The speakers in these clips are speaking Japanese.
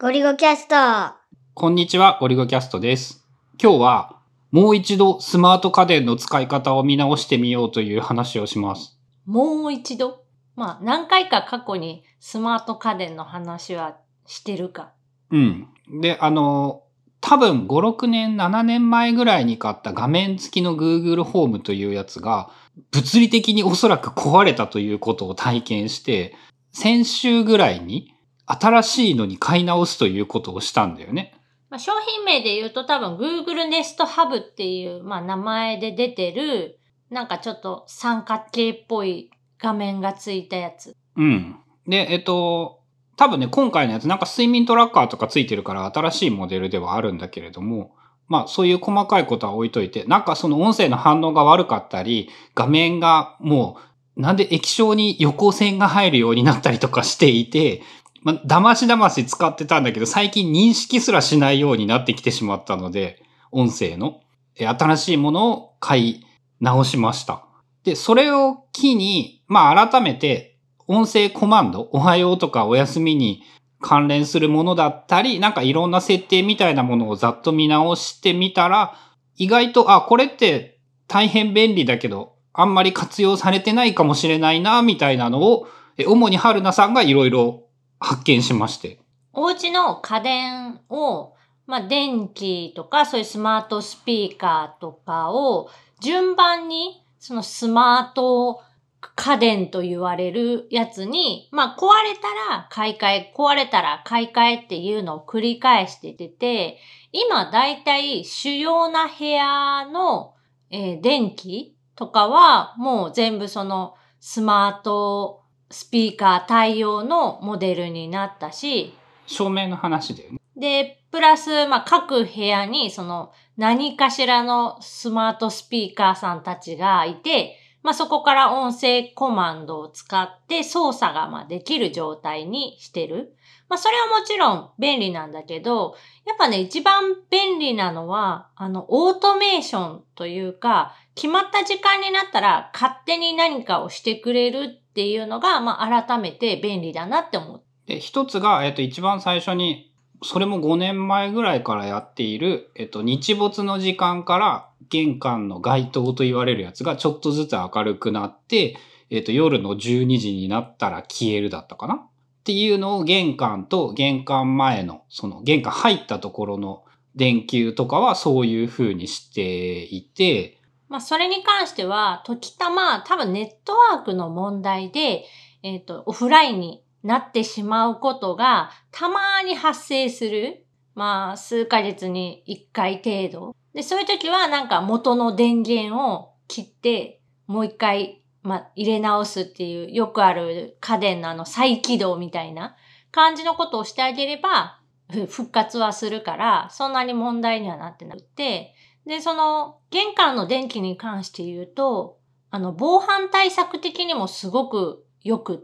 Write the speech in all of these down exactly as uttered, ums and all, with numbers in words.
ゴリゴキャスト。 こんにちは、ゴリゴキャストです。今日はもう一度スマート家電の使い方を見直してみようという話をします。 もう一度まあ何回か過去にスマート家電の話はしてるか。 うん。で、あの、多分ご、ろくねん、ななねんまえぐらいに買った画面付きの Google ホームというやつが物理的におそらく壊れたということを体験して、先週ぐらいに新しいのに買い直すということをしたんだよね。 まあ、商品名で言うと多分 Google Nest Hub っていう、まあ、名前で出てるなんかちょっと三角形っぽい画面がついたやつ。 うん。で、えっと、多分ね、今回のやつなんか睡眠トラッカーとかついてるから新しいモデルではあるんだけれども、まあそういう細かいことは置いといて、なんかその音声の反応が悪かったり、画面がもうなんで液晶に横線が入るようになったりとかしていて、まあ、だましだまし使ってたんだけど、最近認識すらしないようになってきてしまったので、音声の新しいものを買い直しました。で、それを機に、まあ改めて、音声コマンド、おはようとかおやすみに関連するものだったり、なんかいろんな設定みたいなものをざっと見直してみたら、意外と、あ、これって大変便利だけど、あんまり活用されてないかもしれないな、みたいなのを、主に春菜さんがいろいろ発見しまして。 お家の家電を、まあ電気とかそういうスマートスピーカーとかを順番にそのスマート家電と言われるやつに、まあ壊れたら買い替え、壊れたら買い替えっていうのを繰り返しててて、今だいたい主要な部屋の、えー、電気とかはもう全部そのスマートスピーカー対応のモデルになったし、 照明の話だよね。 で、プラス、まあ、各部屋にその何かしらのスマートスピーカーさんたちがいて、まあ、そこから音声コマンドを使って操作がまあできる状態にしてる。まあ、それはもちろん便利なんだけど、やっぱね、一番便利なのは、あの、オートメーションというか、決まった時間になったら勝手に何かをしてくれるっていうのが、まあ、改めて便利だなって思う。 で、一つが、えっと、一番最初に、それもごねんまえぐらいからやっている、えっと、日没の時間から玄関の街灯と言われるやつがちょっとずつ明るくなって、えっと、夜のじゅうにじになったら消えるだったかなっていうのを玄関と玄関前の、その玄関入ったところの電球とかはそういう風にしていて、 まあ、それに関しては、時たま、多分ネットワークの問題で、えっと、オフラインになってしまうことがたまに発生する。まあ、数ヶ月にいっかい程度。で、そういう時はなんか元の電源を切って、もう一回、まあ、入れ直すっていう、よくある家電のあの再起動みたいな感じのことをしてあげれば、復活はするから、そんなに問題にはなってなくて、で、その、玄関の電気に関して言うと、あの、防犯対策的にもすごく良くって、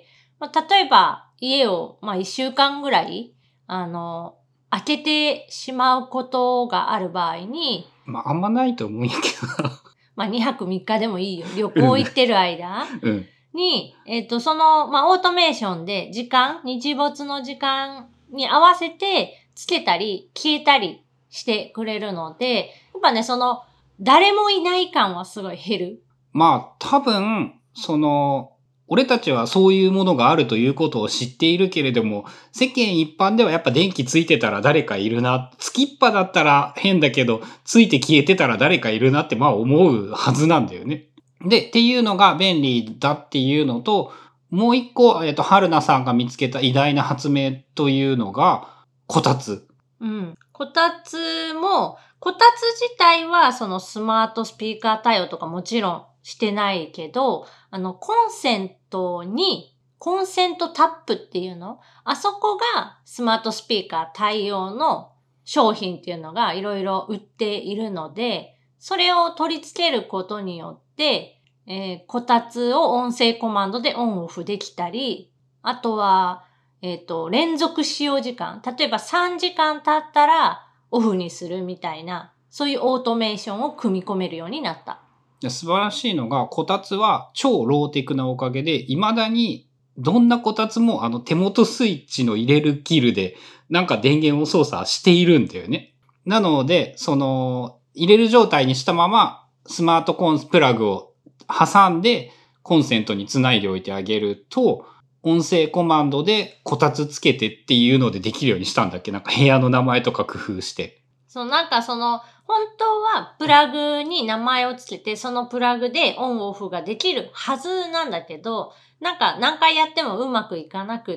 まあ、例えば、家を、まあ、一週間ぐらい、あの、開けてしまうことがある場合に、 まあ、あんまないと思うんやけど。 まあ、にはくみっかでもいいよ。旅行行ってる間うんに、えっと、その、まあ、オートメーションで時間、日没の時間に合わせて、つけたり、消えたりしてくれるので、やっぱね、その、誰もいない感はすごい減る。 まあ、多分、その、俺たちはそういうものがあるということを知っているけれども、世間一般ではやっぱ電気ついてたら誰かいるな。つきっぱだったら変だけど、ついて消えてたら誰かいるなってまあ思うはずなんだよね。で、っていうのが便利だっていうのと、もう一個、えっと、春菜さんが見つけた偉大な発明というのが、こたつ。 うん。こたつも、こたつ自体はそのスマートスピーカー対応とかもちろんしてないけど、あの、コンセントに、コンセントタップっていうの、あそこがスマートスピーカー対応の商品っていうのがいろいろ売っているので、それを取り付けることによって、えー、こたつを音声コマンドでオンオフできたり、あとは、えっと、連続使用時間。例えばさんじかん経ったらオフにするみたいな、そういうオートメーションを組み込めるようになった。 素晴らしいのが、こたつは超ローテクなおかげで、未だにどんなこたつもあの手元スイッチの入れる切るでなんか電源を操作しているんだよね。なので、その入れる状態にしたままスマートコンプラグを挟んでコンセントにつないでおいてあげると、音声コマンドでこたつつけてっていうのでできるようにしたんだっけ？なんか部屋の名前とか工夫して。 そう、なんかその、本当はプラグに名前をつけて、そのプラグでオンオフができるはずなんだけど、なんか何回やってもうまくいかなくって、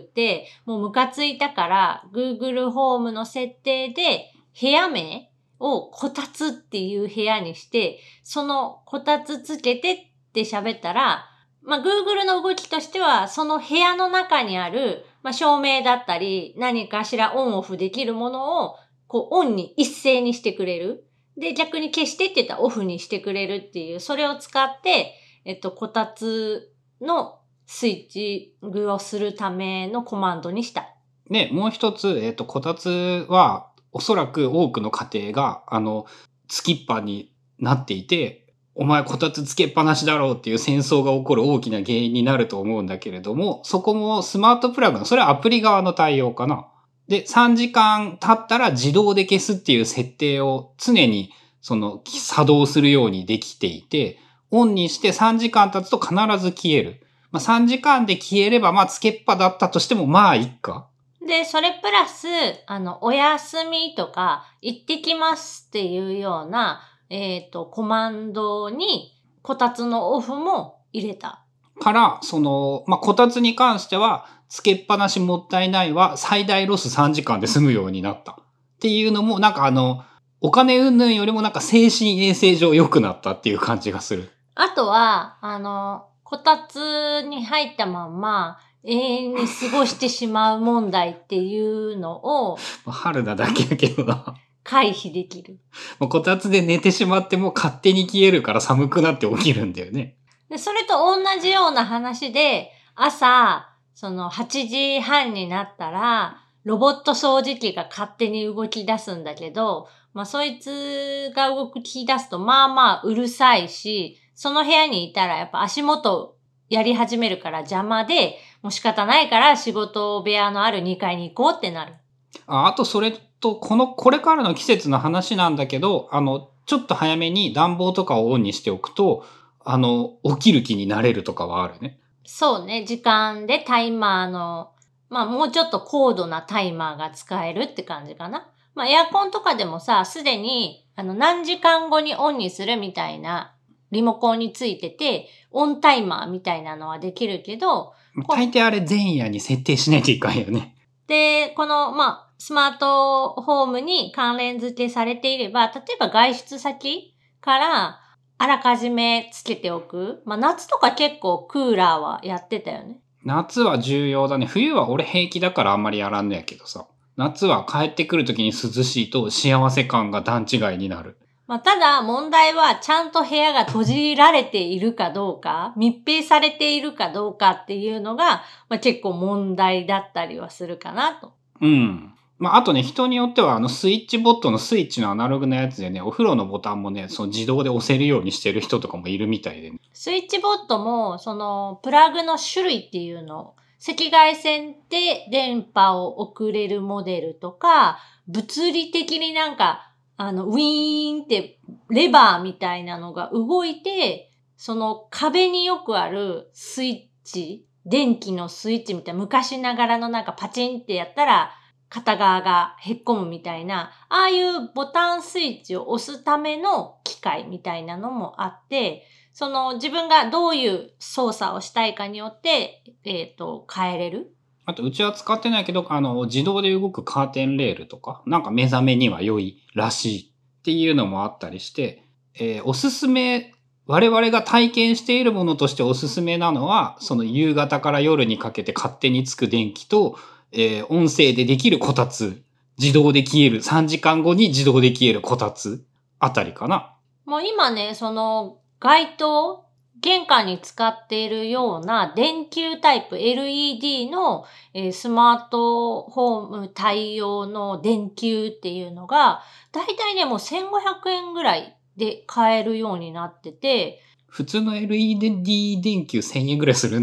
もうムカついたから、Google ホームの設定で部屋名をこたつっていう部屋にして、そのこたつつけてって喋ったら、まあ、Google の動きとしては、その部屋の中にある、まあ、照明だったり、何かしらオンオフできるものを、こう、オンに一斉にしてくれる。で、逆に消してって言ったらオフにしてくれるっていう、それを使って、えっと、こたつのスイッチングをするためのコマンドにした。 で、もう一つ、えっと、こたつは、おそらく多くの家庭が、あの、つきっぱになっていて、お前こたつつけっぱなしだろうっていう戦争が起こる大きな原因になると思うんだけれども、そこもスマートプラグの、それはアプリ側の対応かな。で、さんじかん経ったら自動で消すっていう設定を常にその作動するようにできていて、オンにしてさんじかん経つと必ず消える。まあ、さんじかんで消えればまあつけっぱだったとしてもまあいっか。 で、それプラス、あの、お休みとか、行ってきますっていうような、えっと、コマンドに、こたつのオフも入れた。 から、その、まあ、こたつに関しては、つけっぱなしもったいないは最大ロスさんじかんで済むようになった。っていうのも、なんかあの、お金云々よりもなんか精神衛生上良くなったっていう感じがする。 あとは、あの、こたつに入ったまんま、永遠に過ごしてしまう問題っていうのを春なだけやけどな。 回避できる。 こたつで寝てしまっても勝手に消えるから寒くなって起きるんだよね。 で、それと同じような話で、朝、そのはちじはんになったら、ロボット掃除機が勝手に動き出すんだけど、まあそいつが動き出すとまあまあうるさいし、その部屋にいたらやっぱ足元やり始めるから邪魔で、もう仕方ないから仕事部屋のあるにかいに行こうってなる。 ああとそれと、この、これからの季節の話なんだけど、あの、ちょっと早めに暖房とかをオンにしておくと、あの、起きる気になれるとかはあるね。 そうね、時間でタイマーの、まあもうちょっと高度なタイマーが使えるって感じかな。まあエアコンとかでもさ、すでにあの何時間後にオンにするみたいなリモコンについてて、オンタイマーみたいなのはできるけど、 大抵あれ前夜に設定しないといかんよね。 で、この、まあ、スマートホームに関連付けされていれば、例えば外出先からあらかじめつけておく。まあ夏とか結構クーラーはやってたよね。 夏は重要だね。冬は俺平気だからあんまりやらんのやけどさ。夏は帰ってくる時に涼しいと幸せ感が段違いになる。 まあ、ただ問題はちゃんと部屋が閉じられているかどうか、密閉されているかどうかっていうのが、まあ、結構問題だったりはするかなと。 うん。まあ、あとね、人によってはあのスイッチボットのスイッチのアナログなやつでね、お風呂のボタンもね、その自動で押せるようにしてる人とかもいるみたいでね。 スイッチボットも、その、プラグの種類っていうの、赤外線で電波を送れるモデルとか、物理的になんか、あの、ウィーンってレバーみたいなのが動いて、その壁によくあるスイッチ、電気のスイッチみたいな、昔ながらのなんかパチンってやったら、片側がへっこむみたいな、ああいうボタンスイッチを押すための機械みたいなのもあって、その自分がどういう操作をしたいかによって、えっと、変えれる。 あと、うちは使ってないけど、あの、自動で動くカーテンレールとか、なんか目覚めには良いらしいっていうのもあったりして、えー、おすすめ、我々が体験しているものとしておすすめなのは、その夕方から夜にかけて勝手につく電気と、えー、音声でできるこたつ、自動で消える、さんじかんごに自動で消えるこたつあたりかな。 もう今ね、その街灯、玄関に使っているような電球タイプ エルイーディー の、えー、スマートホーム対応の電球っていうのが、だいたいね、もうせんごひゃくえんぐらいで買えるようになってて、 普通の エルイーディー 電球せんえんぐらいするんだよね。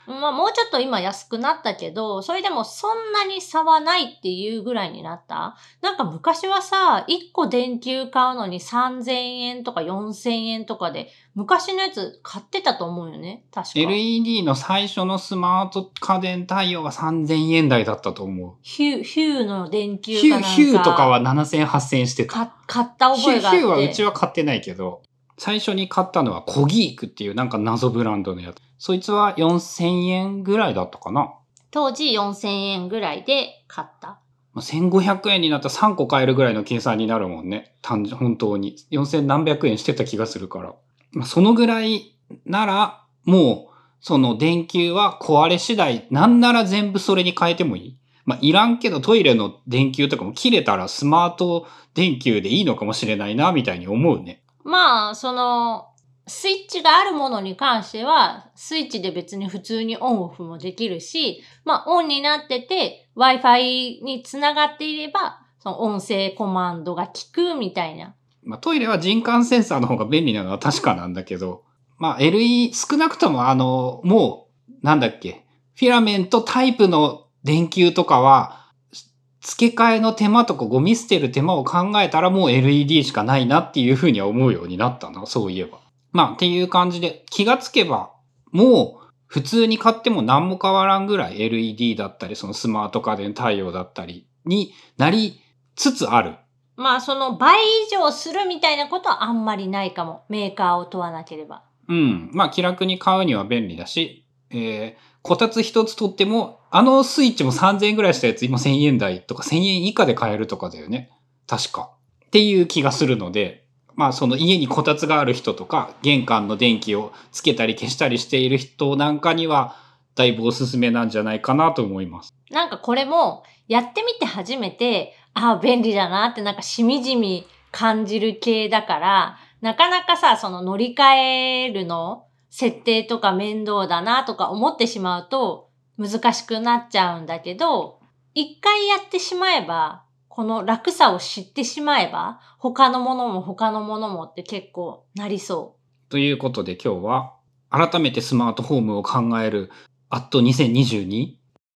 まあもうちょっと今安くなったけど、それでもそんなに差はないっていうぐらいになった。なんか昔はさ、いっこ電球買うのにさんぜんえんとかよんせんえんとかで、昔のやつ買ってたと思うよね。確か。 エルイーディー の最初のスマート家電対応がさんぜんえん台だったと思う。 ヒュー、ヒューの電球ヒュー、 かなんか。 ヒューとかはななせん、はっせんえんしてた。 か買った覚えがあって。 ヒュー、ヒューはうちは買ってないけど、最初に買ったのはコギークっていうなんか謎ブランドのやつ。そいつはよんせんえんぐらいだったかな。 当時よんせんえんぐらいで買った。 せんごひゃくえんになったらさんこ買えるぐらいの計算になるもんね。単純、本当に。よんせんなんびゃくえんしてた気がするから。まあ、そのぐらいなら、もう、その電球は壊れ次第、なんなら全部それに変えてもいい。まあ、いらんけどトイレの電球とかも切れたらスマート電球でいいのかもしれないな、みたいに思うね。 まあ、その、スイッチがあるものに関しては、スイッチで別に普通にオンオフもできるし、まあ、オンになってて、Wi-Fi につながっていれば、その音声コマンドが効くみたいな。 まあ、トイレは人感センサーの方が便利なのは確かなんだけど、まあ、エルイー、少なくともあの、もう、なんだっけ、フィラメントタイプの電球とかは、付け替えの手間とかゴミ捨てる手間を考えたらもう エルイーディー しかないなっていうふうには思うようになったな、そういえば。まあ、っていう感じで、気がつけば、もう、普通に買っても何も変わらんぐらい エルイーディー だったり、そのスマート家電対応だったりになりつつある。 まあ、その倍以上するみたいなことはあんまりないかも。メーカーを問わなければ。 うん。まあ、気楽に買うには便利だし、えー、こたつ一つ取っても、あのスイッチもさんぜんえんぐらいしたやつ今せんえん台とかせんえん以下で買えるとかだよね。確か。っていう気がするので、まあその家にこたつがある人とか、玄関の電気をつけたり消したりしている人なんかには、だいぶおすすめなんじゃないかなと思います。 なんかこれも、やってみて初めて、ああ、便利だなってなんかしみじみ感じる系だから、なかなかさ、その乗り換えるの、設定とか面倒だなとか思ってしまうと難しくなっちゃうんだけど、一回やってしまえば、この楽さを知ってしまえば、他のものも他のものもって結構なりそう。 ということで今日は、改めてスマートホームを考えるアットにせんにじゅうに